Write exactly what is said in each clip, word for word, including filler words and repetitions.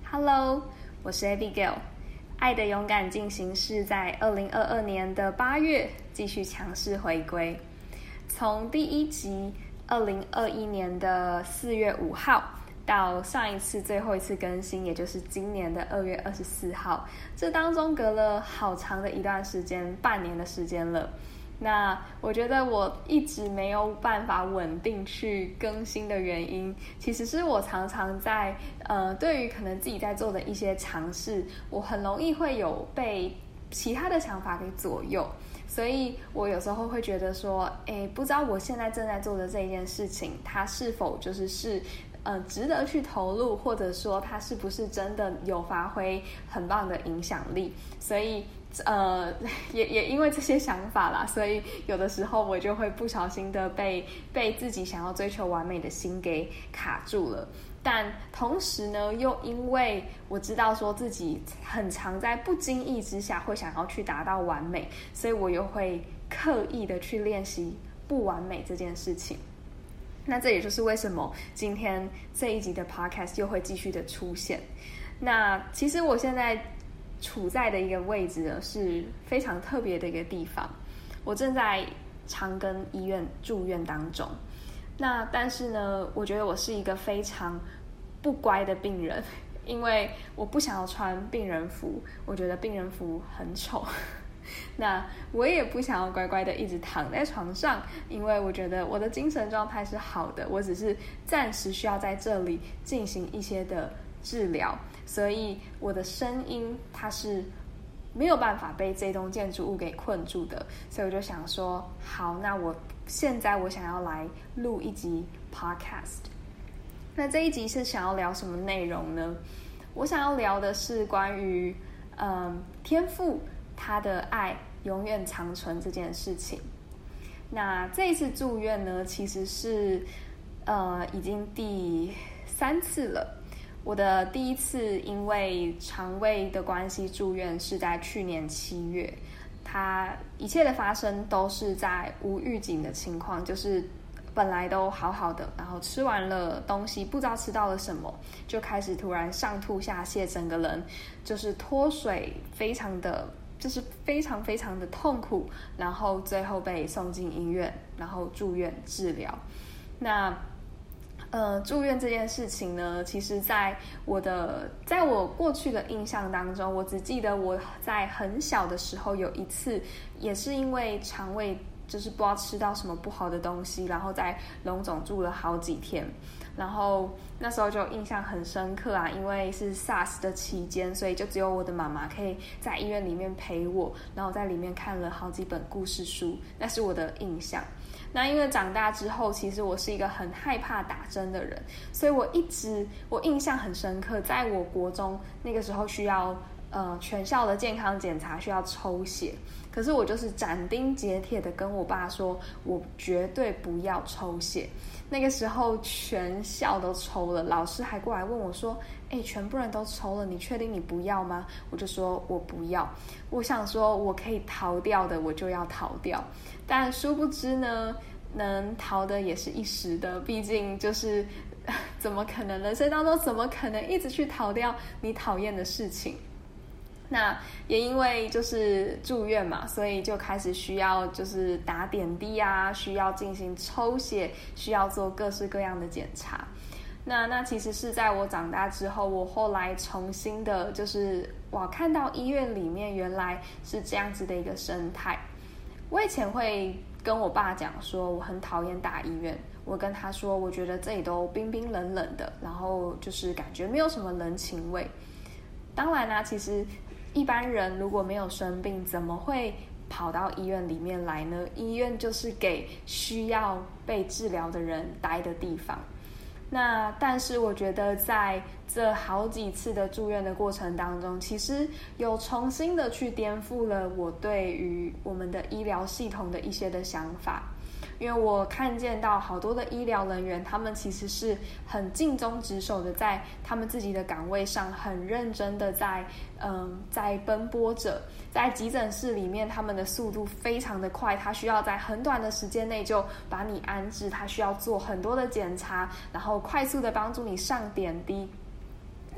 Hello， 我是 Abigail。爱的勇敢进行式在二零二二年的八月继续强势回归。从第一集二零二一年的四月五号到上一次最后一次更新，也就是今年的二月二十四号，这当中隔了好长的一段时间，半年的时间了。那我觉得我一直没有办法稳定去更新的原因，其实是我常常在呃，对于可能自己在做的一些尝试，我很容易会有被其他的想法给左右，所以我有时候会觉得说，哎，不知道我现在正在做的这一件事情，它是否就是是呃值得去投入，或者说它是不是真的有发挥很棒的影响力，所以。呃，也也因为这些想法啦，所以有的时候我就会不小心的被被自己想要追求完美的心给卡住了。但同时呢，又因为我知道说自己很常在不经意之下会想要去达到完美，所以我又会刻意的去练习不完美这件事情。那这也就是为什么今天这一集的 podcast 又会继续的出现。那其实我现在处在的一个位置呢，是非常特别的一个地方。我正在长庚医院住院当中。那但是呢，我觉得我是一个非常不乖的病人，因为我不想要穿病人服，我觉得病人服很丑。那我也不想要乖乖的一直躺在床上，因为我觉得我的精神状态是好的，我只是暂时需要在这里进行一些的治疗，所以我的声音它是没有办法被这栋建筑物给困住的，所以我就想说，好，那我现在我想要来录一集 podcast。 那这一集是想要聊什么内容呢？我想要聊的是关于嗯天父他的爱永远长存这件事情。那这一次住院呢，其实是呃已经第三次了。我的第一次因为肠胃的关系住院是在去年七月，它一切的发生都是在无预警的情况，就是本来都好好的，然后吃完了东西不知道吃到了什么，就开始突然上吐下泻，整个人就是脱水，非常的就是非常非常的痛苦，然后最后被送进医院，然后住院治疗。那呃，住院这件事情呢，其实在我的在我过去的印象当中，我只记得我在很小的时候有一次，也是因为肠胃就是不知道吃到什么不好的东西，然后在荣总住了好几天，然后那时候就印象很深刻啊，因为是 SARS 的期间，所以就只有我的妈妈可以在医院里面陪我，然后在里面看了好几本故事书，那是我的印象。那因为长大之后，其实我是一个很害怕打针的人，所以我一直我印象很深刻，在我国中那个时候需要呃全校的健康检查需要抽血，可是我就是斩钉截铁的跟我爸说，我绝对不要抽血。那个时候全校都抽了，老师还过来问我说，哎，全部人都抽了，你确定你不要吗？我就说我不要，我想说我可以逃掉的我就要逃掉，但殊不知呢，能逃的也是一时的，毕竟就是怎么可能人生当中怎么可能一直去逃掉你讨厌的事情。那也因为就是住院嘛，所以就开始需要就是打点滴啊，需要进行抽血，需要做各式各样的检查。那那其实是在我长大之后，我后来重新的就是哇，看到医院里面原来是这样子的一个生态。我以前会跟我爸讲说我很讨厌大医院，我跟他说我觉得这里都冰冰冷冷的，然后就是感觉没有什么人情味。当然啦，其实一般人如果没有生病，怎么会跑到医院里面来呢？医院就是给需要被治疗的人待的地方。那但是我觉得在这好几次的住院的过程当中，其实有重新的去颠覆了我对于我们的医疗系统的一些的想法。因为我看见到好多的医疗人员，他们其实是很尽忠职守的，在他们自己的岗位上很认真的在嗯在奔波着。在急诊室里面，他们的速度非常的快，他需要在很短的时间内就把你安置，他需要做很多的检查，然后快速的帮助你上点滴。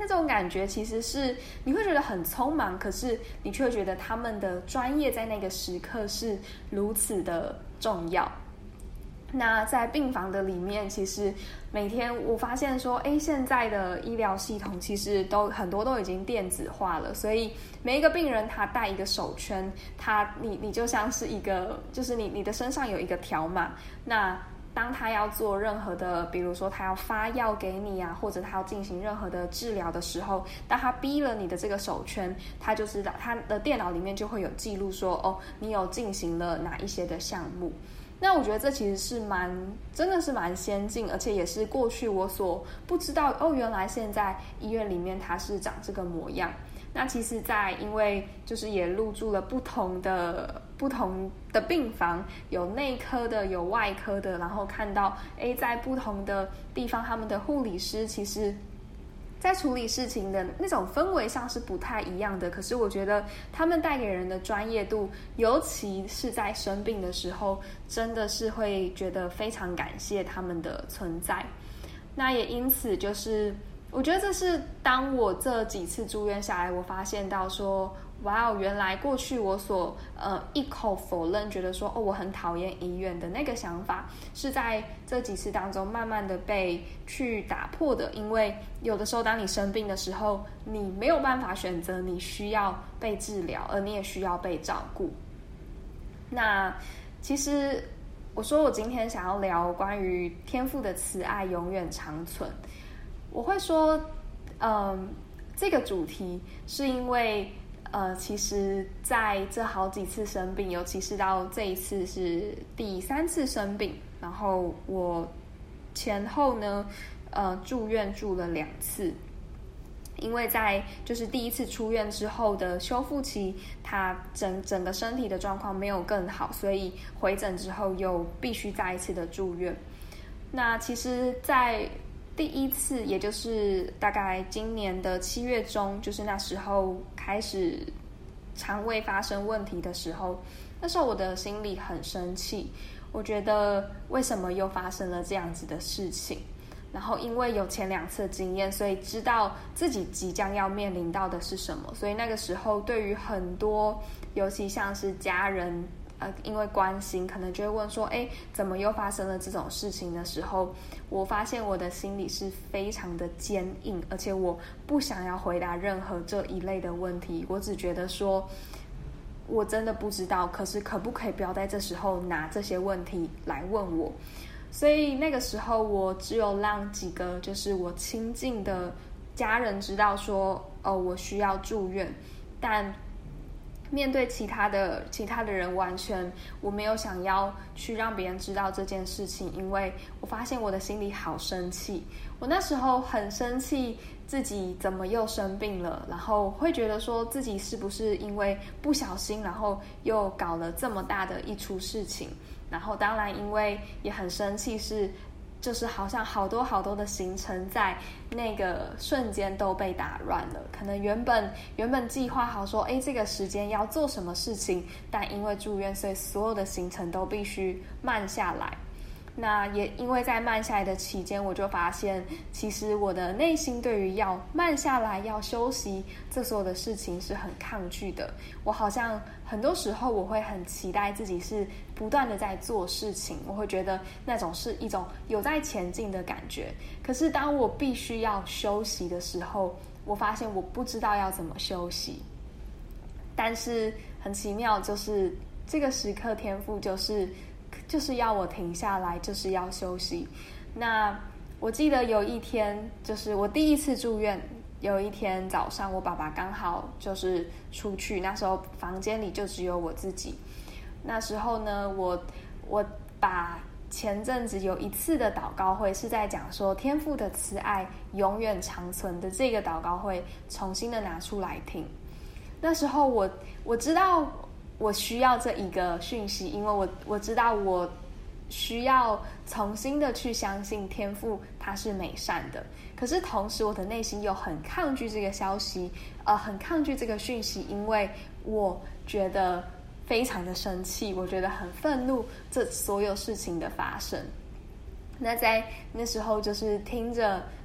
那这种感觉其实是你会觉得很匆忙，可是你却会觉得他们的专业在那个时刻是如此的重要。那在病房的里面，其实每天我发现说，哎，现在的医疗系统其实都很多都已经电子化了，所以每一个病人他戴一个手圈，他你你就像是一个，就是你你的身上有一个条码，那当他要做任何的，比如说他要发药给你啊，或者他要进行任何的治疗的时候，当他逼了你的这个手圈，他就知道他的电脑里面就会有记录说，哦，你有进行了哪一些的项目。那我觉得这其实是蛮，真的是蛮先进，而且也是过去我所不知道，哦，原来现在医院里面它是长这个模样。那其实在因为就是也入住了不同的不同的病房，有内科的，有外科的，然后看到诶在不同的地方他们的护理师其实在处理事情的那种氛围上是不太一样的，可是我觉得他们带给人的专业度，尤其是在生病的时候，真的是会觉得非常感谢他们的存在。那也因此就是我觉得这是当我这几次住院下来，我发现到说，哇哦，原来过去我所呃一口否认，觉得说哦我很讨厌医院的那个想法，是在这几次当中慢慢的被去打破的。因为有的时候当你生病的时候，你没有办法选择你需要被治疗，而你也需要被照顾。那其实我说我今天想要聊关于天父的慈爱永远长存，我会说嗯这个主题是因为呃，其实在这好几次生病，尤其是到这一次是第三次生病，然后我前后呢，呃，住院住了两次，因为在就是第一次出院之后的修复期，他整整个身体的状况没有更好，所以回诊之后又必须再一次的住院。那其实，在第一次，也就是大概今年的七月中，就是那时候开始肠胃发生问题的时候，那时候我的心里很生气，我觉得为什么又发生了这样子的事情？然后因为有前两次的经验，所以知道自己即将要面临到的是什么，所以那个时候对于很多，尤其像是家人。呃，因为关心，可能就会问说，哎，怎么又发生了这种事情的时候，我发现我的心里是非常的坚硬，而且我不想要回答任何这一类的问题，我只觉得说，我真的不知道，可是可不可以不要在这时候拿这些问题来问我？所以那个时候，我只有让几个就是我亲近的家人知道说，哦，我需要住院，但面对其他的其他的人，完全我没有想要去让别人知道这件事情，因为我发现我的心里好生气。我那时候很生气自己怎么又生病了，然后会觉得说自己是不是因为不小心，然后又搞了这么大的一出事情。然后当然因为也很生气是就是好像好多好多的行程在那个瞬间都被打乱了，可能原本原本计划好说，哎，这个时间要做什么事情，但因为住院，所以所有的行程都必须慢下来。那也因为在慢下来的期间，我就发现其实我的内心对于要慢下来要休息这所有的事情是很抗拒的。我好像很多时候我会很期待自己是不断的在做事情，我会觉得那种是一种有在前进的感觉。可是当我必须要休息的时候，我发现我不知道要怎么休息。但是很奇妙，就是这个时刻天父就是就是要我停下来，就是要休息。那我记得有一天，就是我第一次住院，有一天早上，我爸爸刚好就是出去，那时候房间里就只有我自己。那时候呢，我我把前阵子有一次的祷告会是在讲说天父的慈爱永远长存的这个祷告会，重新的拿出来听。那时候我我知道我需要这一个讯息，因为我我知道我需要重新的去相信天父他是美善的，可是同时我的内心又很抗拒这个消息，呃，很抗拒这个讯息，因为我觉得非常的生气，我觉得很愤怒这所有事情的发生。那在那时候就是听着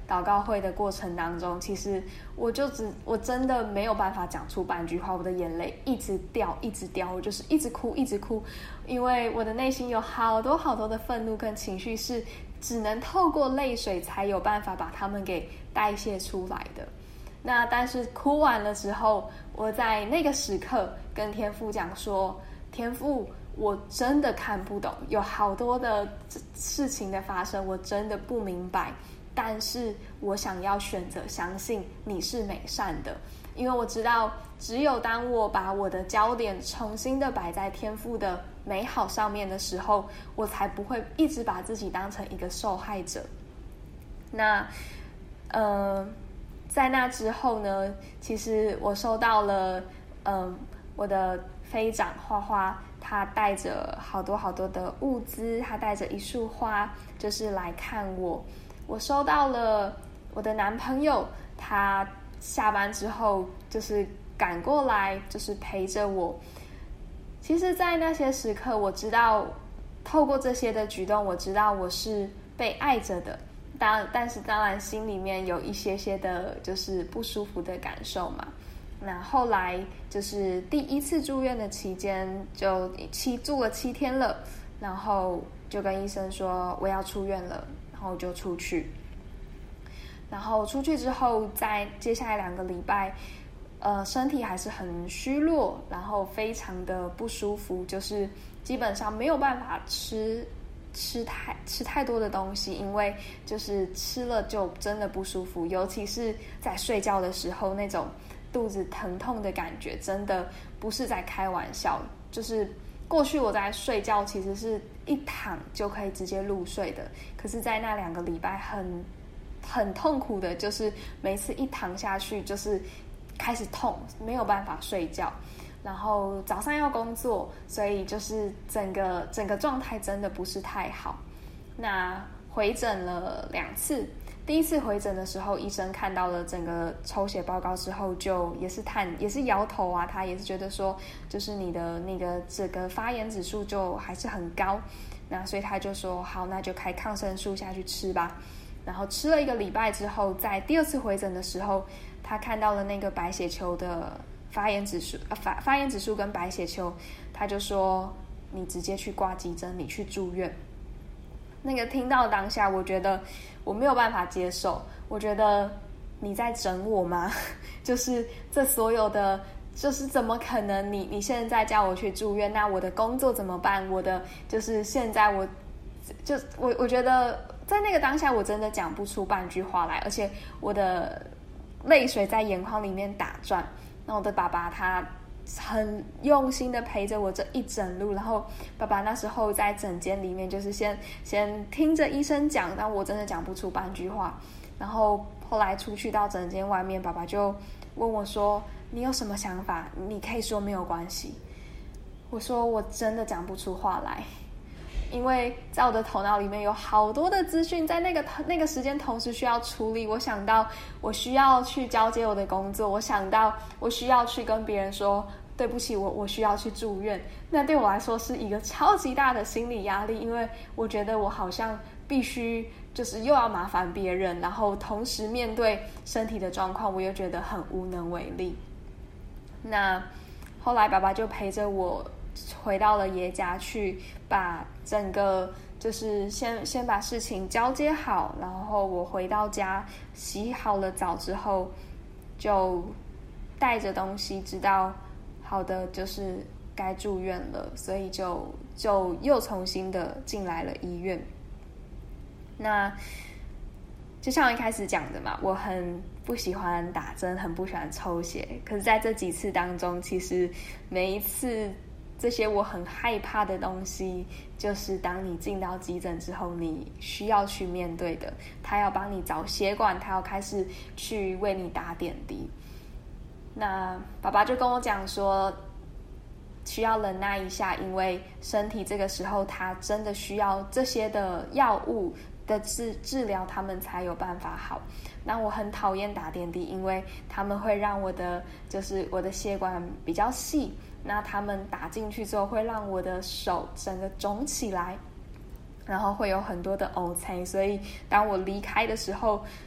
祷告会的过程当中，其实我就只我真的没有办法讲出半句话，我的眼泪一直掉一直掉，我就是一直哭一直哭，因为我的内心有好多好多的愤怒跟情绪是只能透过泪水才有办法把它们给代谢出来的。那但是哭完了之后，我在那个时刻跟天父讲说，天父，我真的看不懂，有好多的事情的发生，我真的不明白，但是我想要选择相信你是美善的，因为我知道只有当我把我的焦点重新的摆在天父的美好上面的时候，我才不会一直把自己当成一个受害者。那呃在那之后呢，其实我收到了嗯、呃、我的飞长花花，他带着好多好多的物资，他带着一束花，就是来看我。我收到了我的男朋友，他下班之后就是赶过来，就是陪着我。其实在那些时刻，我知道透过这些的举动，我知道我是被爱着的，当但是当然心里面有一些些的就是不舒服的感受嘛。那后来就是第一次住院的期间，就七住了七天了，然后就跟医生说我要出院了，然后就出去。然后出去之后，在接下来两个礼拜，呃，身体还是很虚弱，然后非常的不舒服，就是基本上没有办法吃吃太吃太多的东西，因为就是吃了就真的不舒服，尤其是在睡觉的时候，那种肚子疼痛的感觉真的不是在开玩笑。就是过去我在睡觉其实是一躺就可以直接入睡的，可是在那两个礼拜很很痛苦的，就是每次一躺下去就是开始痛，没有办法睡觉，然后早上要工作，所以就是整个整个状态真的不是太好。那回诊了两次，第一次回诊的时候，医生看到了整个抽血报告之后，就也是叹也是摇头啊，他也是觉得说，就是你的那个这个发炎指数就还是很高，那所以他就说好，那就开抗生素下去吃吧。然后吃了一个礼拜之后，在第二次回诊的时候，他看到了那个白血球的发炎指数，呃、发发炎指数跟白血球，他就说你直接去挂急诊，你去住院。那个听到当下，我觉得我没有办法接受，我觉得你在整我吗？就是这所有的，就是怎么可能你你现在叫我去住院，那我的工作怎么办？我的就是现在我就我我觉得在那个当下我真的讲不出半句话来，而且我的泪水在眼眶里面打转。那我的爸爸他很用心的陪着我这一整路，然后爸爸那时候在诊间里面就是先先听着医生讲，但我真的讲不出半句话。然后后来出去到诊间外面，爸爸就问我说你有什么想法，你可以说没有关系。我说我真的讲不出话来，因为在我的头脑里面有好多的资讯在那个那个时间同时需要处理。我想到我需要去交接我的工作，我想到我需要去跟别人说对不起，我我需要去住院。那对我来说是一个超级大的心理压力，因为我觉得我好像必须就是又要麻烦别人，然后同时面对身体的状况，我又觉得很无能为力。那后来爸爸就陪着我回到了爷家去，把整个就是先先把事情交接好，然后我回到家洗好了澡之后，就带着东西知道好的就是该住院了，所以就就又重新的进来了医院。那就像我一开始讲的嘛，我很不喜欢打针，很不喜欢抽血，可是在这几次当中，其实每一次这些我很害怕的东西，就是当你进到急诊之后，你需要去面对的。他要帮你找血管，他要开始去为你打点滴。那爸爸就跟我讲说，需要忍耐一下，因为身体这个时候他真的需要这些的药物的治治疗，他们才有办法好。那我很讨厌打点滴，因为他们会让我的就是我的血管比较细，那他们打进去之后会让我的手整个肿起来，然后会有很多的凹陷，所以当我离开的时候，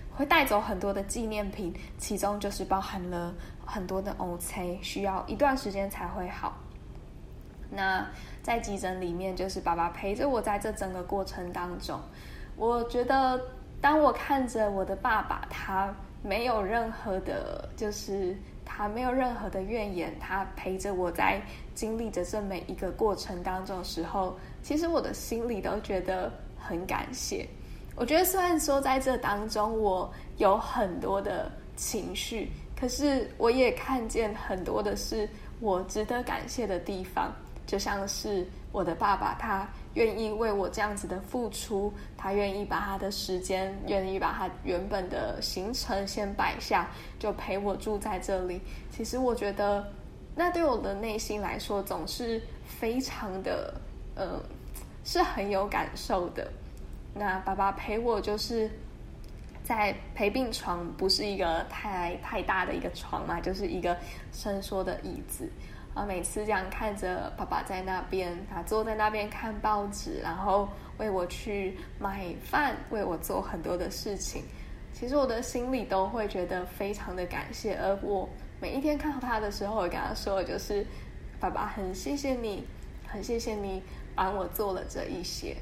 会带走很多的纪念品，其中就是包含了很多的O C，需要一段时间才会好。那在急诊里面，就是爸爸陪着我在这整个过程当中，我觉得当我看着我的爸爸，他没有任何的，就是他没有任何的怨言，他陪着我在经历着这每一个过程当中的时候，其实我的心里都觉得很感谢。我觉得虽然说在这当中我有很多的情绪，可是我也看见很多的是我值得感谢的地方，就像是我的爸爸，他愿意为我这样子的付出，他愿意把他的时间，愿意把他原本的行程先摆下，就陪我住在这里。其实我觉得那对我的内心来说总是非常的呃，是很有感受的。那爸爸陪我就是在陪病床，不是一个太太大的一个床嘛，就是一个伸缩的椅子啊。每次这样看着爸爸在那边，他坐在那边看报纸，然后为我去买饭，为我做很多的事情，其实我的心里都会觉得非常的感谢。而我每一天看到他的时候，我跟他说的就是爸爸，很谢谢你，很谢谢你帮我做了这一些。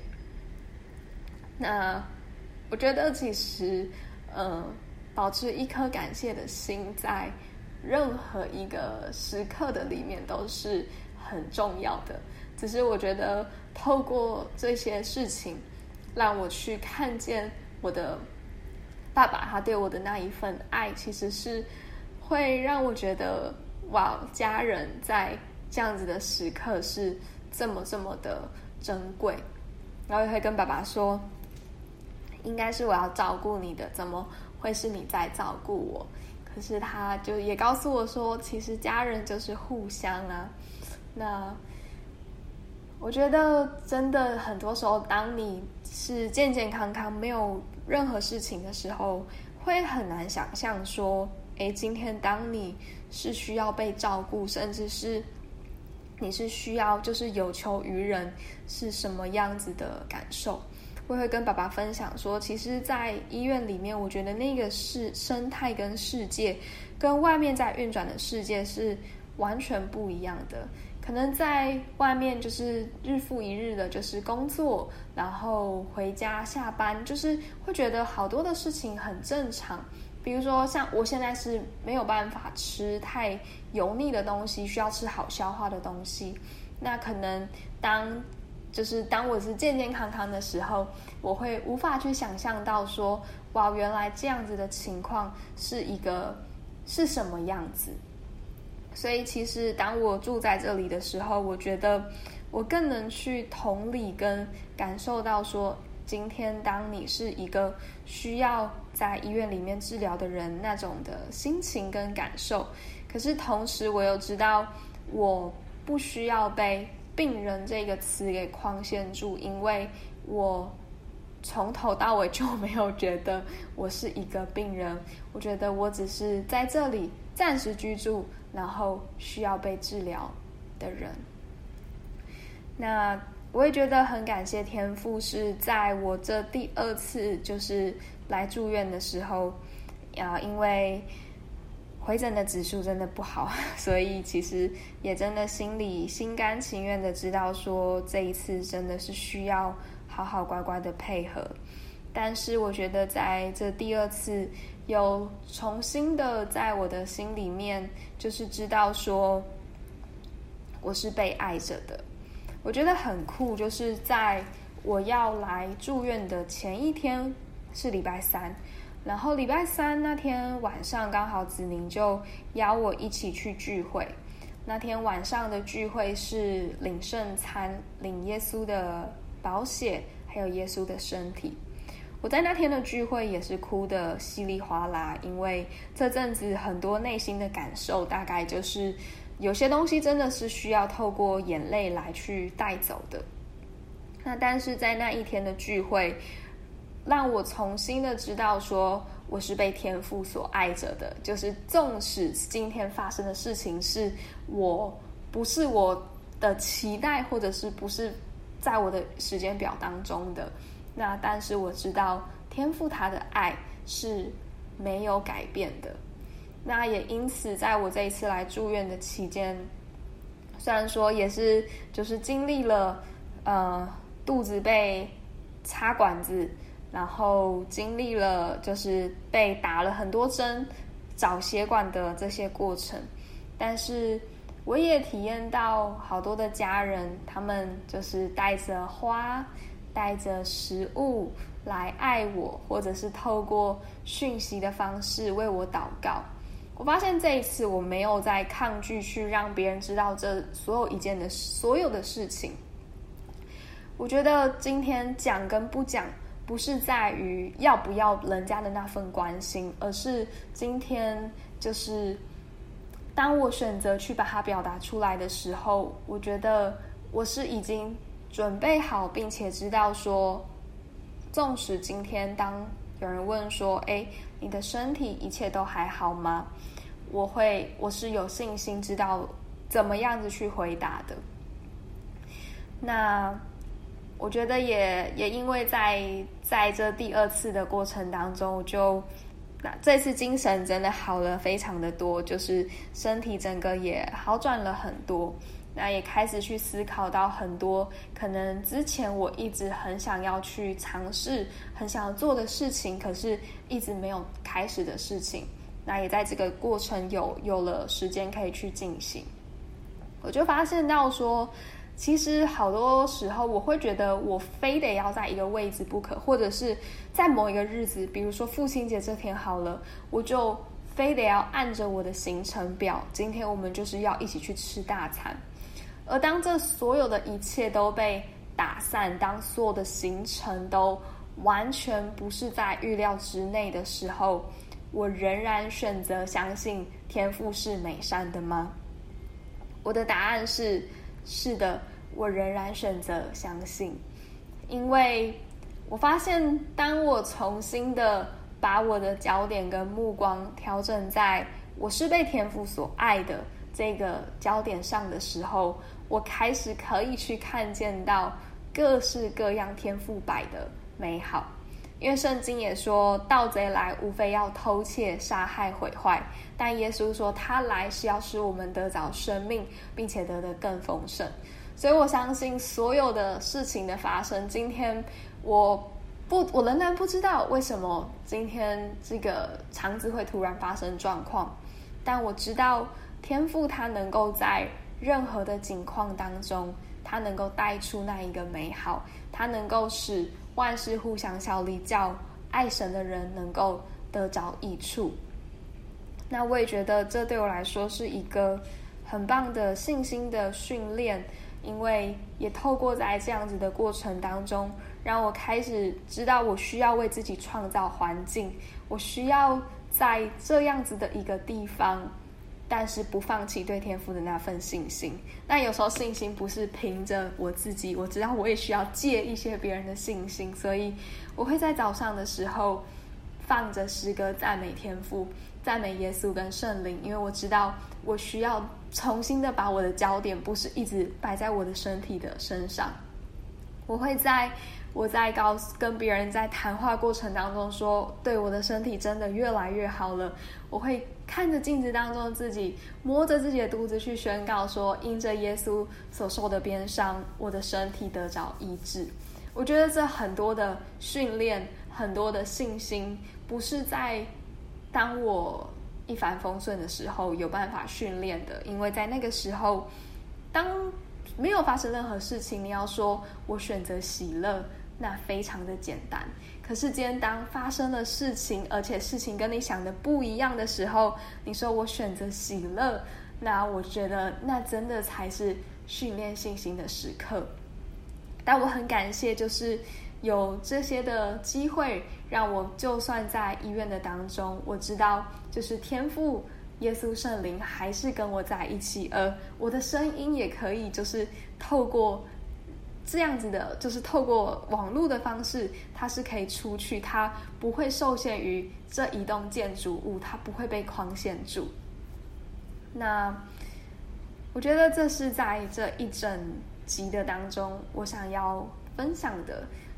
那我觉得其实呃，保持一颗感谢的心在任何一个时刻的里面都是很重要的。只是我觉得透过这些事情让我去看见我的爸爸他对我的那一份爱，其实是会让我觉得哇，家人在这样子的时刻是这么这么的珍贵。然后也会跟爸爸说，应该是我要照顾你的，怎么会是你在照顾我？可是他就也告诉我说，其实家人就是互相啊。那我觉得真的很多时候，当你是健健康康没有任何事情的时候，会很难想象说，诶，今天当你是需要被照顾，甚至是你是需要就是有求于人，是什么样子的感受。我会跟爸爸分享说，其实在医院里面，我觉得那个是生态跟世界跟外面在运转的世界是完全不一样的。可能在外面就是日复一日的就是工作，然后回家下班，就是会觉得好多的事情很正常。比如说像我现在是没有办法吃太油腻的东西，需要吃好消化的东西。那可能当就是当我是健健康康的时候，我会无法去想象到说，哇，原来这样子的情况是一个是什么样子。所以其实当我住在这里的时候，我觉得我更能去同理跟感受到说，今天当你是一个需要在医院里面治疗的人，那种的心情跟感受。可是同时我又知道，我不需要被病人这个词给框限住，因为我从头到尾就没有觉得我是一个病人，我觉得我只是在这里暂时居住，然后需要被治疗的人。那我也觉得很感谢天父，是在我这第二次就是来住院的时候啊，因为回诊的指数真的不好，所以其实也真的心里心甘情愿的知道说，这一次真的是需要好好乖乖的配合。但是我觉得在这第二次有重新的在我的心里面就是知道说我是被爱着的。我觉得很酷，就是在我要来住院的前一天是礼拜三，然后礼拜三那天晚上刚好子宁就邀我一起去聚会。那天晚上的聚会是领圣餐，领耶稣的宝血还有耶稣的身体。我在那天的聚会也是哭得稀里哗啦，因为这阵子很多内心的感受，大概就是有些东西真的是需要透过眼泪来去带走的。那但是在那一天的聚会，让我重新的知道说我是被天父所爱着的，就是纵使今天发生的事情是我不是我的期待，或者是不是在我的时间表当中的，那但是我知道天父他的爱是没有改变的。那也因此，在我这一次来住院的期间，虽然说也是就是经历了呃肚子被插管子，然后经历了就是被打了很多针找血管的这些过程，但是我也体验到好多的家人，他们就是带着花带着食物来爱我，或者是透过讯息的方式为我祷告。我发现这一次我没有在抗拒去让别人知道这所有一件的所有的事情。我觉得今天讲跟不讲不是在于要不要人家的那份关心，而是今天就是当我选择去把它表达出来的时候，我觉得我是已经准备好，并且知道说，纵使今天当有人问说，哎，你的身体一切都还好吗？我会，我是有信心知道怎么样子去回答的。那我觉得也也因为在在这第二次的过程当中，我就那这次精神真的好了非常的多，就是身体整个也好转了很多。那也开始去思考到很多可能之前我一直很想要去尝试很想要做的事情，可是一直没有开始的事情，那也在这个过程有有了时间可以去进行。我就发现到说，其实好多时候我会觉得我非得要在一个位置不可，或者是在某一个日子，比如说父亲节这天好了，我就非得要按着我的行程表，今天我们就是要一起去吃大餐。而当这所有的一切都被打散，当所有的行程都完全不是在预料之内的时候，我仍然选择相信天父是美善的吗？我的答案是是的，我仍然选择相信。因为我发现当我重新的把我的焦点跟目光调整在我是被天父所爱的这个焦点上的时候，我开始可以去看见到各式各样天父摆的美好。因为圣经也说，盗贼来无非要偷窃杀害毁坏，但耶稣说他来是要使我们得着生命，并且得得更丰盛。所以我相信所有的事情的发生，今天我不我仍然不知道为什么今天这个肠子会突然发生状况，但我知道天父他能够在任何的境况当中，他能够带出那一个美好，他能够使万事互相效力，叫爱神的人能够得着益处。那我也觉得这对我来说是一个很棒的信心的训练，因为也透过在这样子的过程当中，让我开始知道我需要为自己创造环境，我需要在这样子的一个地方，但是不放弃对天父的那份信心。那有时候信心不是凭着我自己，我知道我也需要借一些别人的信心，所以我会在早上的时候放着诗歌赞美天父，赞美耶稣跟圣灵，因为我知道我需要重新的把我的焦点不是一直摆在我的身体的身上。我会在我在告诉跟别人在谈话过程当中说，对，我的身体真的越来越好了。我会看着镜子当中自己，摸着自己的肚子去宣告说，因着耶稣所受的鞭伤，我的身体得着医治。我觉得这很多的训练，很多的信心，不是在当我一帆风顺的时候有办法训练的，因为在那个时候，当没有发生任何事情，你要说我选择喜乐，那非常的简单。可是今天当发生了事情，而且事情跟你想的不一样的时候，你说我选择喜乐，那我觉得那真的才是训练信心的时刻。但我很感谢，就是有这些的机会，让我就算在医院的当中，我知道就是天父耶稣圣灵还是跟我在一起，而我的声音也可以就是透过这样子的，就是透过网络的方式，它是可以出去，它不会受限于这一栋建筑物，它不会被框限住。那我觉得这是在这一整集的当中我想要分享的，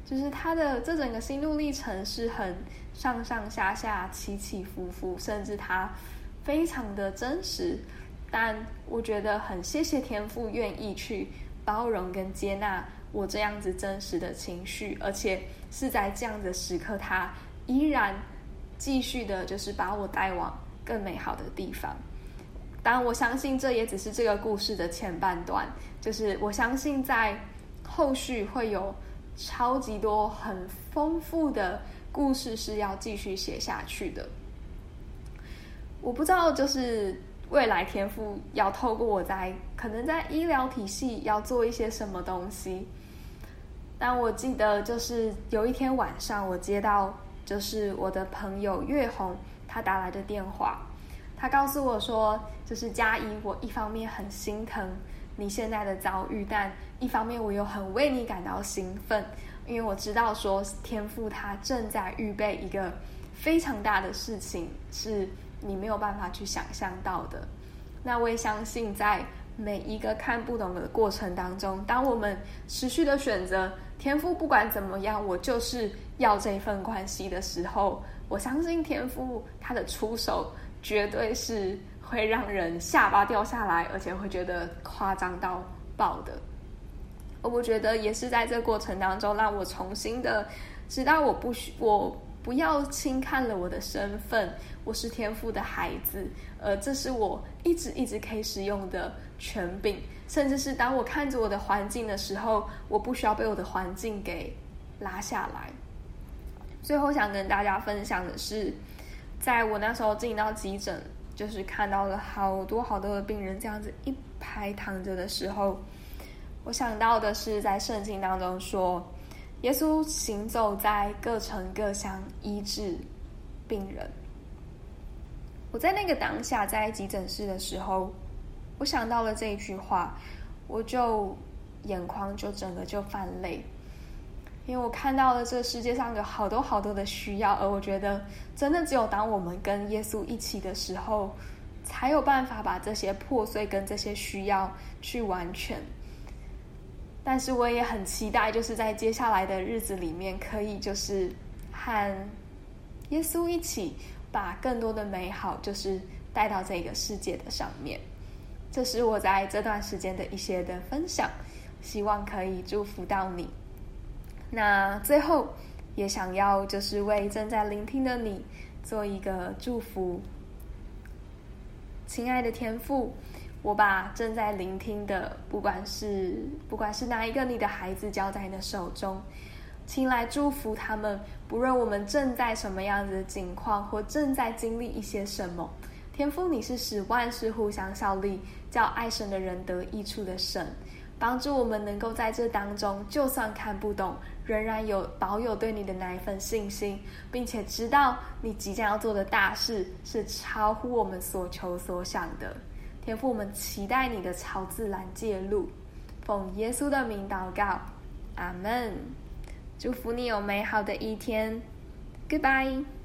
就是他的这整个心路历程是很上上下下、起起伏伏，甚至他非常的真实。但我觉得很谢谢天父愿意去包容跟接纳我这样子真实的情绪，而且是在这样的时刻，他依然继续的就是把我带往更美好的地方。当然我相信这也只是这个故事的前半段，就是我相信在后续会有超级多很丰富的故事是要继续写下去的。我不知道就是未来天父要透过我在可能在医疗体系要做一些什么东西，但我记得就是有一天晚上我接到就是我的朋友月红他打来的电话，他告诉我说，就是佳怡，我一方面很心疼你现在的遭遇，但一方面我又很为你感到兴奋，因为我知道说天父他正在预备一个非常大的事情，是你没有办法去想象到的。那我也相信在每一个看不懂的过程当中，当我们持续的选择天父不管怎么样我就是要这份关系的时候，我相信天父他的出手绝对是会让人下巴掉下来，而且会觉得夸张到爆的。我觉得也是在这个过程当中让我重新的知道我不需我不要轻看了我的身份，我是天父的孩子，呃，这是我一直一直可以使用的权柄，甚至是当我看着我的环境的时候，我不需要被我的环境给拉下来。最后想跟大家分享的是，在我那时候进到急诊，就是看到了好多好多的病人这样子一排躺着的时候，我想到的是在圣经当中说，耶稣行走在各城各乡医治病人。我在那个当下在急诊室的时候，我想到了这一句话，我就眼眶就整个就泛泪，因为我看到了这世界上有好多好多的需要，而我觉得真的只有当我们跟耶稣一起的时候，才有办法把这些破碎跟这些需要去完全。但是我也很期待，就是在接下来的日子里面，可以就是和耶稣一起把更多的美好就是带到这个世界的上面。这是我在这段时间的一些的分享，希望可以祝福到你。那最后也想要就是为正在聆听的你做一个祝福。亲爱的天父，我把正在聆听的不管是不管是哪一个你的孩子交在你的手中，请来祝福他们，不论我们正在什么样子的境况，或正在经历一些什么，天父你是使万事互相效力，叫爱神的人得益处的神，帮助我们能够在这当中，就算看不懂，仍然有保有对你的那一份信心，并且知道你即将要做的大事是超乎我们所求所想的。天父，我们期待你的超自然介入，奉耶稣的名祷告，阿们。祝福你有美好的一天 ，Goodbye。